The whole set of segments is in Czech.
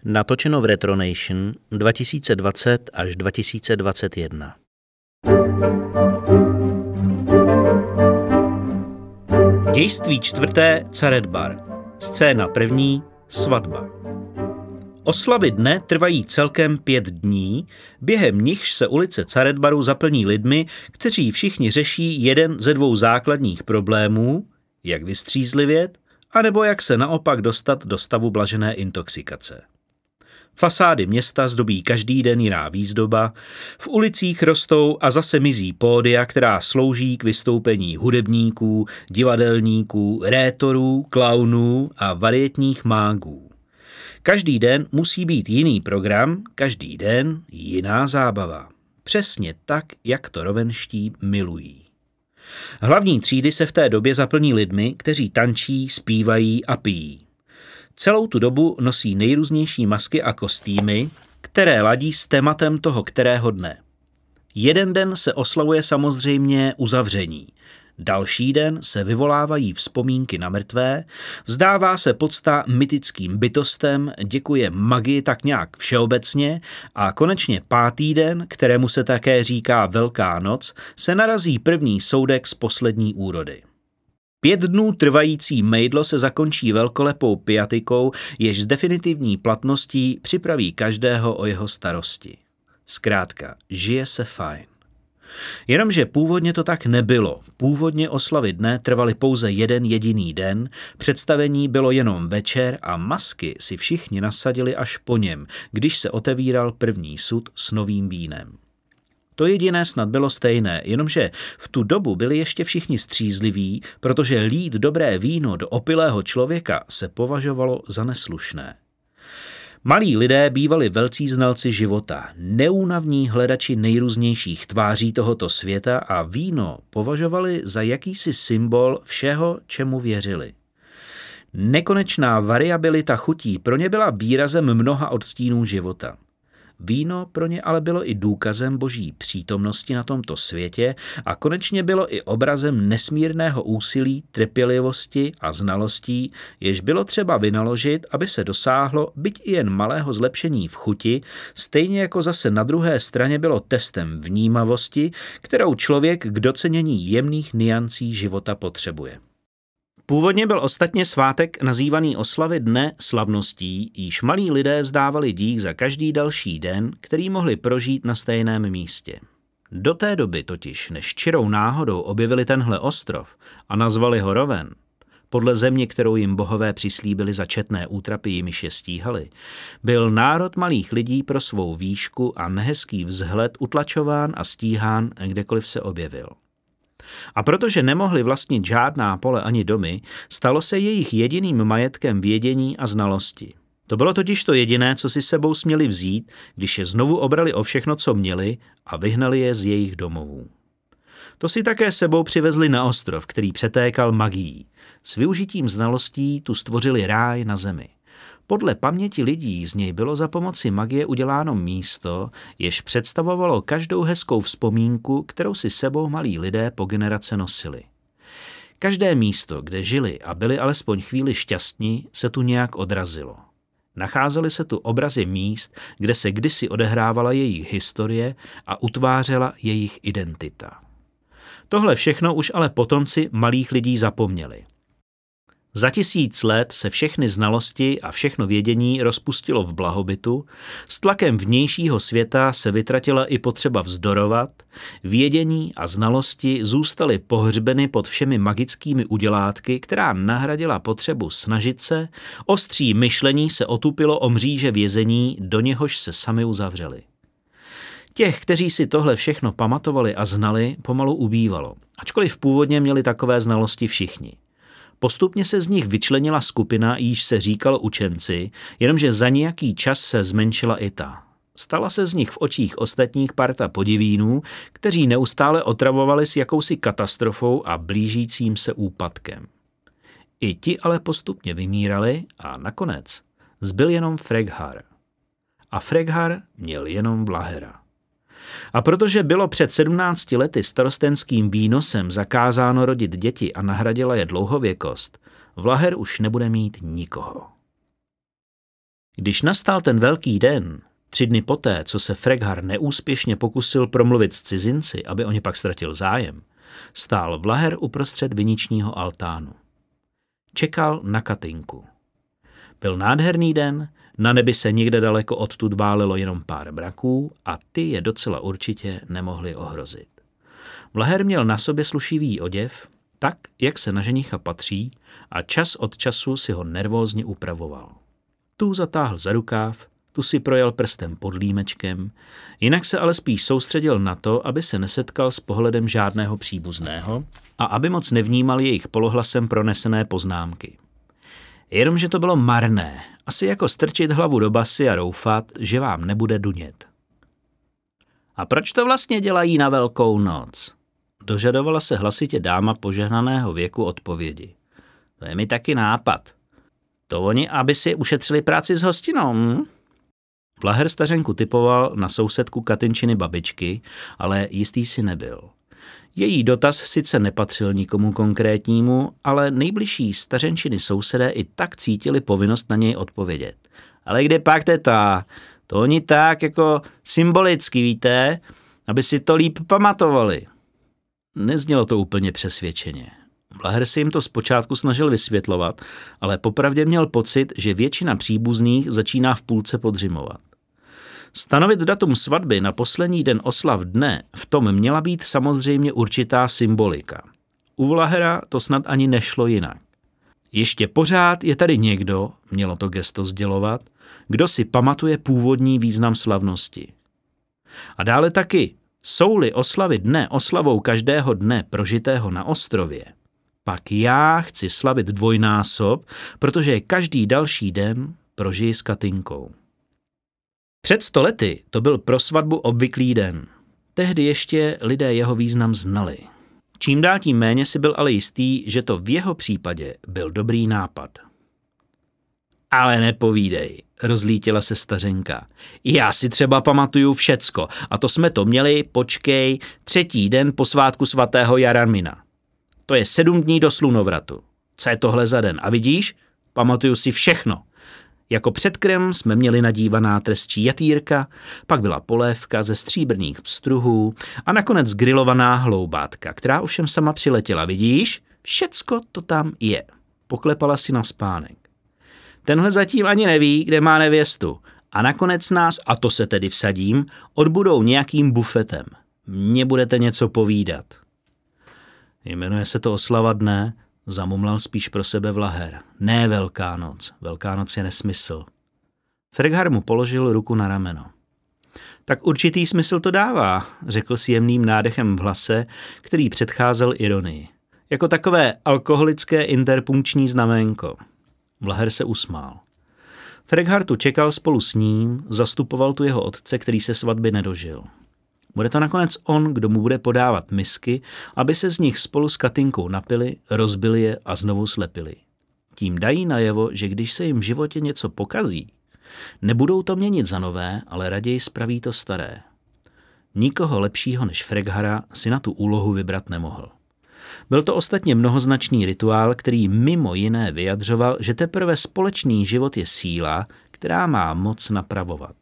Natočeno v Retronation 2020 až 2021. Dějství 4. Caretbar. Scéna 1. Svatba. Oslavy dne trvají celkem 5 dní, během nichž se ulice Caretbaru zaplní lidmi, kteří všichni řeší jeden ze 2 základních problémů, jak vystřízlivět, anebo jak se naopak dostat do stavu blažené intoxikace. Fasády města zdobí každý den jiná výzdoba, v ulicích rostou a zase mizí pódia, která slouží k vystoupení hudebníků, divadelníků, rétorů, klaunů a varietních mágů. Každý den musí být jiný program, každý den jiná zábava. Přesně tak, jak to rovenští milují. Hlavní třídy se v té době zaplní lidmi, kteří tančí, zpívají a pijí. Celou tu dobu nosí nejrůznější masky a kostýmy, které ladí s tématem toho kterého dne. Jeden den se oslavuje samozřejmě uzavření, další den se vyvolávají vzpomínky na mrtvé, vzdává se pocta mytickým bytostem, děkuje magii tak nějak všeobecně a konečně 5. den, kterému se také říká Velká noc, se narazí první soudek z poslední úrody. 5 dnů trvající mejdlo se zakončí velkolepou piatikou, jež s definitivní platností připraví každého o jeho starosti. Zkrátka, žije se fajn. Jenomže původně to tak nebylo. Původně oslavy dne trvaly pouze jeden jediný den, představení bylo jenom večer a masky si všichni nasadili až po něm, když se otevíral první sud s novým vínem. To jediné snad bylo stejné, jenomže v tu dobu byli ještě všichni střízliví, protože lít dobré víno do opilého člověka se považovalo za neslušné. Malí lidé bývali velcí znalci života, neúnavní hledači nejrůznějších tváří tohoto světa a víno považovali za jakýsi symbol všeho, čemu věřili. Nekonečná variabilita chutí pro ně byla výrazem mnoha odstínů života. Víno pro ně ale bylo i důkazem boží přítomnosti na tomto světě a konečně bylo i obrazem nesmírného úsilí, trpělivosti a znalostí, jež bylo třeba vynaložit, aby se dosáhlo byť i jen malého zlepšení v chuti, stejně jako zase na druhé straně bylo testem vnímavosti, kterou člověk k docenění jemných niancí života potřebuje. Původně byl ostatně svátek nazývaný oslavy dne slavností, jíž malí lidé vzdávali dík za každý další den, který mohli prožít na stejném místě. Do té doby totiž, než čirou náhodou objevili tenhle ostrov a nazvali ho Roven, podle země, kterou jim bohové přislíbili za četné útrapy, jimiž je stíhali, byl národ malých lidí pro svou výšku a nehezký vzhled utlačován a stíhán, kdekoliv se objevil. A protože nemohli vlastnit žádná pole ani domy, stalo se jejich jediným majetkem vědění a znalosti. To bylo totiž to jediné, co si sebou směli vzít, když je znovu obrali o všechno, co měli a vyhnali je z jejich domovů. To si také sebou přivezli na ostrov, který přetékal magií. S využitím znalostí tu stvořili ráj na zemi. Podle paměti lidí z něj bylo za pomoci magie uděláno místo, jež představovalo každou hezkou vzpomínku, kterou si sebou malí lidé po generace nosili. Každé místo, kde žili a byli alespoň chvíli šťastní, se tu nějak odrazilo. Nacházely se tu obrazy míst, kde se kdysi odehrávala jejich historie a utvářela jejich identita. Tohle všechno už ale potomci malých lidí zapomněli. Za 1000 let se všechny znalosti a všechno vědění rozpustilo v blahobytu, s tlakem vnějšího světa se vytratila i potřeba vzdorovat, vědění a znalosti zůstaly pohřbeny pod všemi magickými udělátky, která nahradila potřebu snažit se, ostří myšlení se otupilo o mříže vězení, do něhož se sami uzavřeli. Těch, kteří si tohle všechno pamatovali a znali, pomalu ubývalo, ačkoliv původně měli takové znalosti všichni. Postupně se z nich vyčlenila skupina, jíž se říkalo učenci, jenomže za nějaký čas se zmenšila i ta. Stala se z nich v očích ostatních parta podivínů, kteří neustále otravovali s jakousi katastrofou a blížícím se úpadkem. I ti ale postupně vymírali a nakonec zbyl jenom Freghar. A Freghar měl jenom Vlahera. A protože bylo před 17 lety starostenským výnosem zakázáno rodit děti a nahradila je dlouhověkost, Vlaher už nebude mít nikoho. Když nastal ten velký den, 3 dny poté, co se Freghar neúspěšně pokusil promluvit s cizinci, aby o ně pak ztratil zájem, stál Vlaher uprostřed viničního altánu. Čekal na Katinku. Byl nádherný den, na nebi se někde daleko odtud válelo jenom pár mraků a ty je docela určitě nemohli ohrozit. Vlaher měl na sobě slušivý oděv, tak, jak se na ženicha patří, a čas od času si ho nervózně upravoval. Tu zatáhl za rukáv, tu si projel prstem pod límečkem, jinak se ale spíš soustředil na to, aby se nesetkal s pohledem žádného příbuzného a aby moc nevnímal jejich polohlasem pronesené poznámky. Jenomže to bylo marné, asi jako strčit hlavu do basy a doufat, že vám nebude dunět. A proč to vlastně dělají na Velkou noc? Dožadovala se hlasitě dáma požehnaného věku odpovědi. To je mi taky nápad. To oni, aby si ušetřili práci s hostinou. Vlaher stařenku typoval na sousedku Katinčiny babičky, ale jistý si nebyl. Její dotaz sice nepatřil nikomu konkrétnímu, ale nejbližší stařenčiny sousedé i tak cítili povinnost na něj odpovědět. Ale kde pak teta? To oni tak jako symbolicky, víte, aby si to líp pamatovali. Neznělo to úplně přesvědčeně. Vlaher si jim to zpočátku snažil vysvětlovat, ale popravdě měl pocit, že většina příbuzných začíná v půlce podřimovat. Stanovit datum svatby na poslední den oslav dne, v tom měla být samozřejmě určitá symbolika. U Vlahera to snad ani nešlo jinak. Ještě pořád je tady někdo, mělo to gesto sdělovat, kdo si pamatuje původní význam slavnosti. A dále taky, jsou-li oslavy dne oslavou každého dne prožitého na ostrově, pak já chci slavit dvojnásob, protože každý další den prožiji s Katinkou. Před 100 lety to byl pro svatbu obvyklý den. Tehdy ještě lidé jeho význam znali. Čím dál tím méně si byl ale jistý, že to v jeho případě byl dobrý nápad. Ale nepovídej, rozlítila se stařenka. Já si třeba pamatuju všecko a to jsme to měli, počkej, 3. den po svátku svatého Jarmina. To je 7 dní do slunovratu. Co je tohle za den? A vidíš? Pamatuju si všechno. Jako předkrem jsme měli nadívaná trestčí jatýrka, pak byla polévka ze stříbrných pstruhů a nakonec grilovaná hloubátka, která ovšem sama přiletěla. Vidíš? Všecko to tam je. Poklepala si na spánek. Tenhle zatím ani neví, kde má nevěstu. A nakonec nás, a to se tedy vsadím, odbudou nějakým bufetem. Mně budete něco povídat. Jmenuje se to oslava dne, zamumlal spíš pro sebe Vlaher. Ne Velká noc. Velká noc je nesmysl. Freghar mu položil ruku na rameno. Tak určitý smysl to dává, řekl s jemným nádechem v hlase, který předcházel ironii. Jako takové alkoholické interpunkční znaménko. Vlaher se usmál. Freghar tu čekal spolu s ním, zastupoval tu jeho otce, který se svatby nedožil. Bude to nakonec on, kdo mu bude podávat misky, aby se z nich spolu s Katinkou napili, rozbili je a znovu slepili. Tím dají najevo, že když se jim v životě něco pokazí, nebudou to měnit za nové, ale raději spraví to staré. Nikoho lepšího než Freghara si na tu úlohu vybrat nemohl. Byl to ostatně mnohoznačný rituál, který mimo jiné vyjadřoval, že teprve společný život je síla, která má moc napravovat.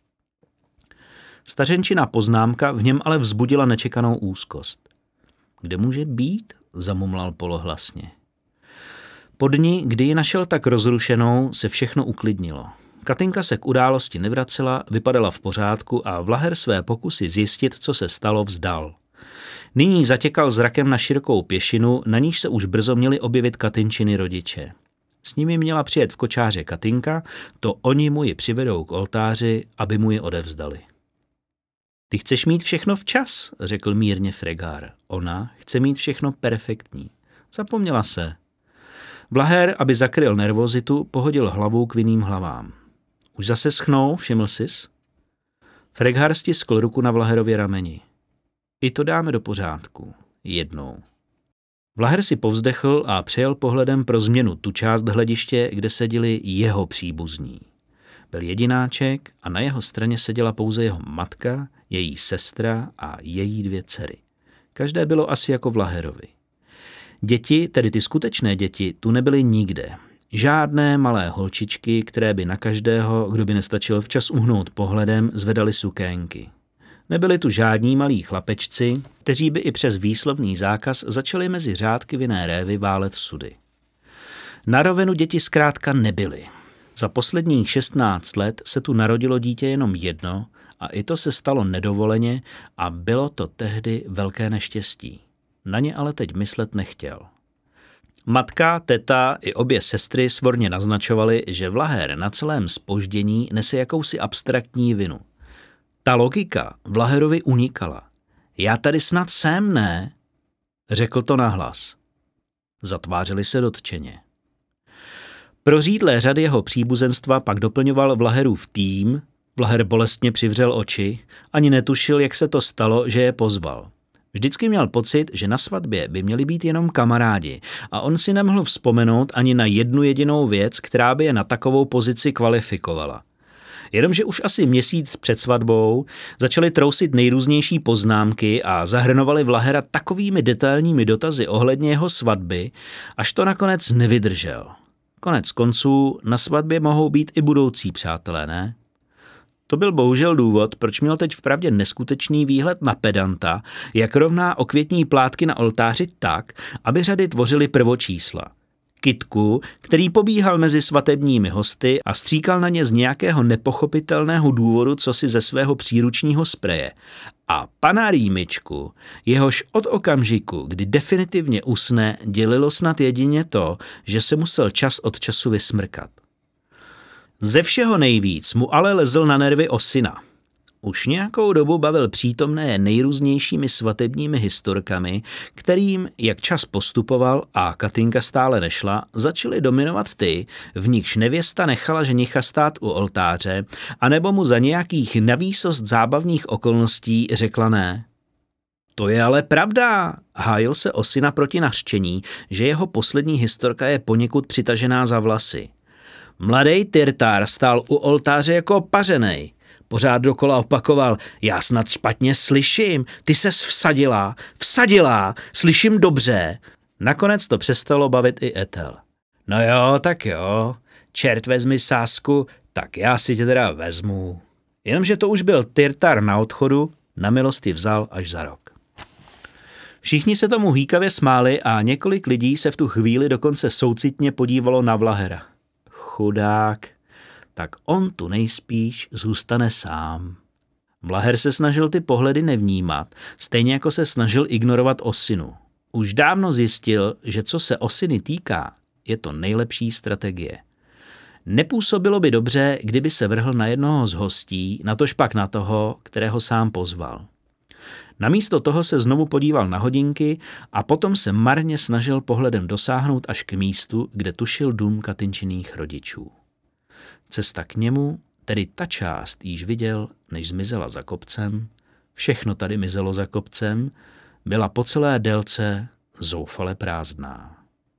Stařenčina poznámka v něm ale vzbudila nečekanou úzkost. Kde může být? Zamumlal polohlasně. Po dni, kdy ji našel tak rozrušenou, se všechno uklidnilo. Katinka se k události nevracela, vypadala v pořádku a Vlaher své pokusy zjistit, co se stalo, vzdal. Nyní zatěkal zrakem na širokou pěšinu, na níž se už brzo měli objevit Katinčiny rodiče. S nimi měla přijet v kočáře Katinka, to oni mu ji přivedou k oltáři, aby mu ji odevzdali. Ty chceš mít všechno včas, řekl mírně Freghar. Ona chce mít všechno perfektní. Zapomněla se. Vlaher, aby zakryl nervozitu, pohodil hlavou k vinným hlavám. Už zase schnou, všiml sis? Freghar stiskl ruku na Vlaherově rameni. I to dáme do pořádku. Jednou. Vlaher si povzdechl a přejel pohledem pro změnu tu část hlediště, kde seděli jeho příbuzní. Byl jedináček a na jeho straně seděla pouze jeho matka, její sestra a její 2 dcery. Každé bylo asi jako Vlaherovi. Děti, tedy ty skutečné děti, tu nebyly nikde. Žádné malé holčičky, které by na každého, kdo by nestačil včas uhnout pohledem, zvedaly sukénky. Nebyli tu žádní malí chlapečci, kteří by i přes výslovný zákaz začali mezi řádky vinné révy válet sudy. Na rovinu děti zkrátka nebyly. Za posledních 16 let se tu narodilo dítě jenom jedno a i to se stalo nedovoleně a bylo to tehdy velké neštěstí. Na ně ale teď myslet nechtěl. Matka, teta i obě sestry svorně naznačovaly, že Vlaher na celém zpoždění nese jakousi abstraktní vinu. Ta logika Vlaherovi unikala. Já tady snad jsem, ne? Řekl to nahlas. Zatvářili se dotčeně. Prořídlé řady jeho příbuzenstva pak doplňoval Vlaherův tým. Vlaher bolestně přivřel oči, ani netušil, jak se to stalo, že je pozval. Vždycky měl pocit, že na svatbě by měli být jenom kamarádi a on si nemohl vzpomenout ani na jednu jedinou věc, která by je na takovou pozici kvalifikovala. Jenomže už asi měsíc před svatbou začali trousit nejrůznější poznámky a zahrnovali Vlahera takovými detailními dotazy ohledně jeho svatby, až to nakonec nevydržel. Konec konců na svatbě mohou být i budoucí přátelé, ne? To byl bohužel důvod, proč měl teď vpravdě neskutečný výhled na pedanta, jak rovná okvětní plátky na oltáři tak, aby řady tvořily prvočísla. Kytku, který pobíhal mezi svatebními hosty a stříkal na ně z nějakého nepochopitelného důvodu cosi ze svého příručního spreje. A pana Rýmičku, jehož od okamžiku, kdy definitivně usne, dělilo snad jedině to, že se musel čas od času vysmrkat. Ze všeho nejvíc mu ale lezl na nervy Osina. Už nějakou dobu bavil přítomné nejrůznějšími svatebními historkami, kterým, jak čas postupoval a Katinka stále nešla, začaly dominovat ty, v nichž nevěsta nechala ženicha stát u oltáře, anebo mu za nějakých navýsost zábavných okolností řekla ne. To je ale pravda, hájil se Osina proti nařčení, že jeho poslední historka je poněkud přitažená za vlasy. Mladej Tyrtár stál u oltáře jako pařenej. Pořád dokola opakoval, já snad špatně slyším, ty ses vsadila, slyším dobře. Nakonec to přestalo bavit i Ethel. No jo, tak jo, čert vezmi sásku, tak já si tě teda vezmu. Jenomže to už byl Tyrtár na odchodu, na milosti vzal až za rok. Všichni se tomu hýkavě smáli a několik lidí se v tu chvíli dokonce soucitně podívalo na Vlahera. Chudák, tak on tu nejspíš zůstane sám. Vlaher se snažil ty pohledy nevnímat, stejně jako se snažil ignorovat Osinu. Už dávno zjistil, že co se Osiny týká, je to nejlepší strategie. Nepůsobilo by dobře, kdyby se vrhl na jednoho z hostí, natož pak na toho, kterého sám pozval. Namísto toho se znovu podíval na hodinky a potom se marně snažil pohledem dosáhnout až k místu, kde tušil dům Katinčiných rodičů. Cesta k němu, tedy ta část, již viděl, než zmizela za kopcem, všechno tady mizelo za kopcem, byla po celé délce zoufale prázdná.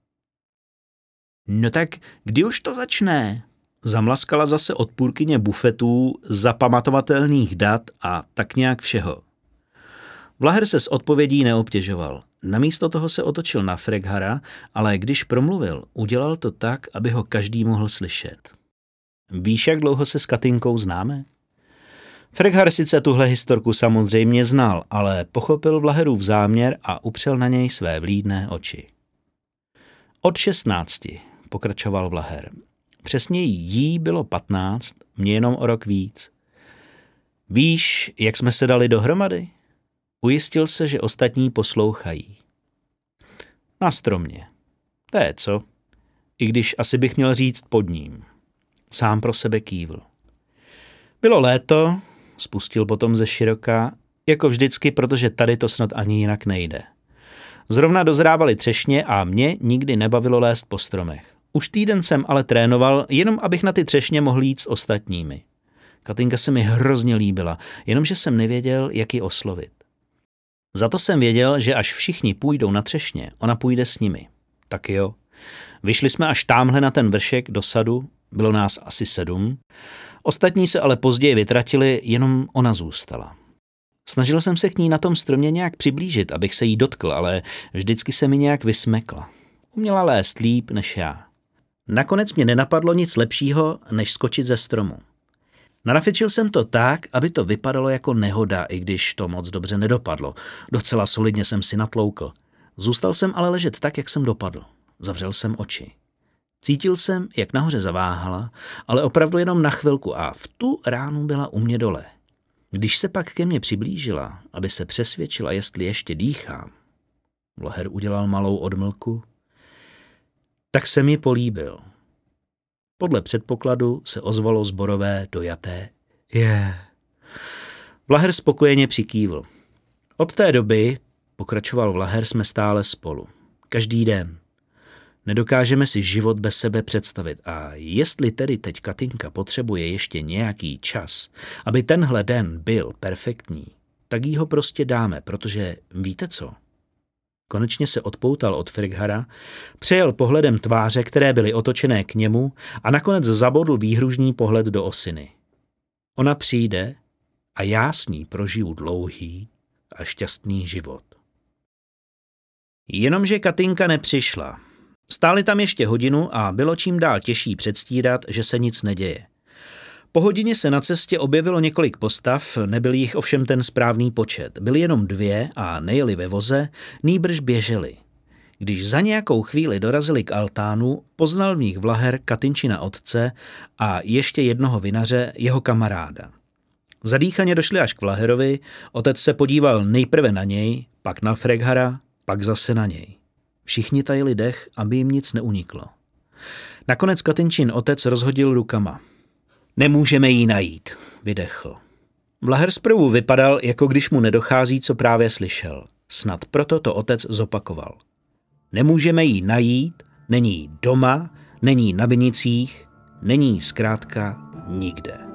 No tak kdy už to začne? Zamlaskala zase odpůrkyně bufetů, zapamatovatelných dat a tak nějak všeho. Vlaher se s odpovědí neobtěžoval. Namísto toho se otočil na Freghara, ale když promluvil, udělal to tak, aby ho každý mohl slyšet. Víš, jak dlouho se s Katinkou známe? Freghar sice tuhle historku samozřejmě znal, ale pochopil Vlaherův záměr a upřel na něj své vlídné oči. Od 16, pokračoval Vlaher. Přesně jí bylo 15, mě jenom o rok víc. Víš, jak jsme se dali dohromady? Ujistil se, že ostatní poslouchají. Na stromě. To je co? I když asi bych měl říct pod ním. Sám pro sebe kývl. Bylo léto, spustil potom ze široka, jako vždycky, protože tady to snad ani jinak nejde. Zrovna dozrávaly třešně a mě nikdy nebavilo lézt po stromech. Už týden jsem ale trénoval, jenom abych na ty třešně mohl jít s ostatními. Katinka se mi hrozně líbila, jenomže jsem nevěděl, jak ji oslovit. Za to jsem věděl, že až všichni půjdou na třešně, ona půjde s nimi. Tak jo. Vyšli jsme až támhle na ten vršek do sadu, bylo nás asi 7. Ostatní se ale později vytratili, jenom ona zůstala. Snažil jsem se k ní na tom stromě nějak přiblížit, abych se jí dotkl, ale vždycky se mi nějak vysmekla. Uměla lézt líp než já. Nakonec mě nenapadlo nic lepšího, než skočit ze stromu. Narafičil jsem to tak, aby to vypadalo jako nehoda, i když to moc dobře nedopadlo. Docela solidně jsem si natloukl. Zůstal jsem ale ležet tak, jak jsem dopadl. Zavřel jsem oči. Cítil jsem, jak nahoře zaváhala, ale opravdu jenom na chvilku a v tu ránu byla u mě dole. Když se pak ke mně přiblížila, aby se přesvědčila, jestli ještě dýchám, Vlaher udělal malou odmlku, tak se mi políbil. Podle předpokladu se ozvalo sborové dojaté Vlaher spokojeně přikývl. Od té doby, pokračoval Vlaher, jsme stále spolu. Každý den. Nedokážeme si život bez sebe představit a jestli tedy teď Katinka potřebuje ještě nějaký čas, aby tenhle den byl perfektní, tak jí ho prostě dáme, protože víte co? Konečně se odpoutal od Frighara, přejel pohledem tváře, které byly otočené k němu a nakonec zabodl výhružný pohled do osiny. Ona přijde a já s ní prožiju dlouhý a šťastný život. Jenomže Katinka nepřišla. Stáli tam ještě hodinu a bylo čím dál těžší předstírat, že se nic neděje. Po hodině se na cestě objevilo několik postav, nebyl jich ovšem ten správný počet. Byly jenom 2 a nejeli ve voze, nýbrž běželi. Když za nějakou chvíli dorazili k altánu, poznal v nich Vlaher Katinčina otce a ještě jednoho vinaře, jeho kamaráda. Zadýchaně došli až k Vlaherovi, otec se podíval nejprve na něj, pak na Frighara, pak zase na něj. Všichni tajili dech, aby jim nic neuniklo. Nakonec Katinčin otec rozhodil rukama. Nemůžeme jí najít, vydechl. Vlaher zprvu vypadal, jako když mu nedochází, co právě slyšel. Snad proto to otec zopakoval. Nemůžeme jí najít, není doma, není na vinicích, není zkrátka nikde.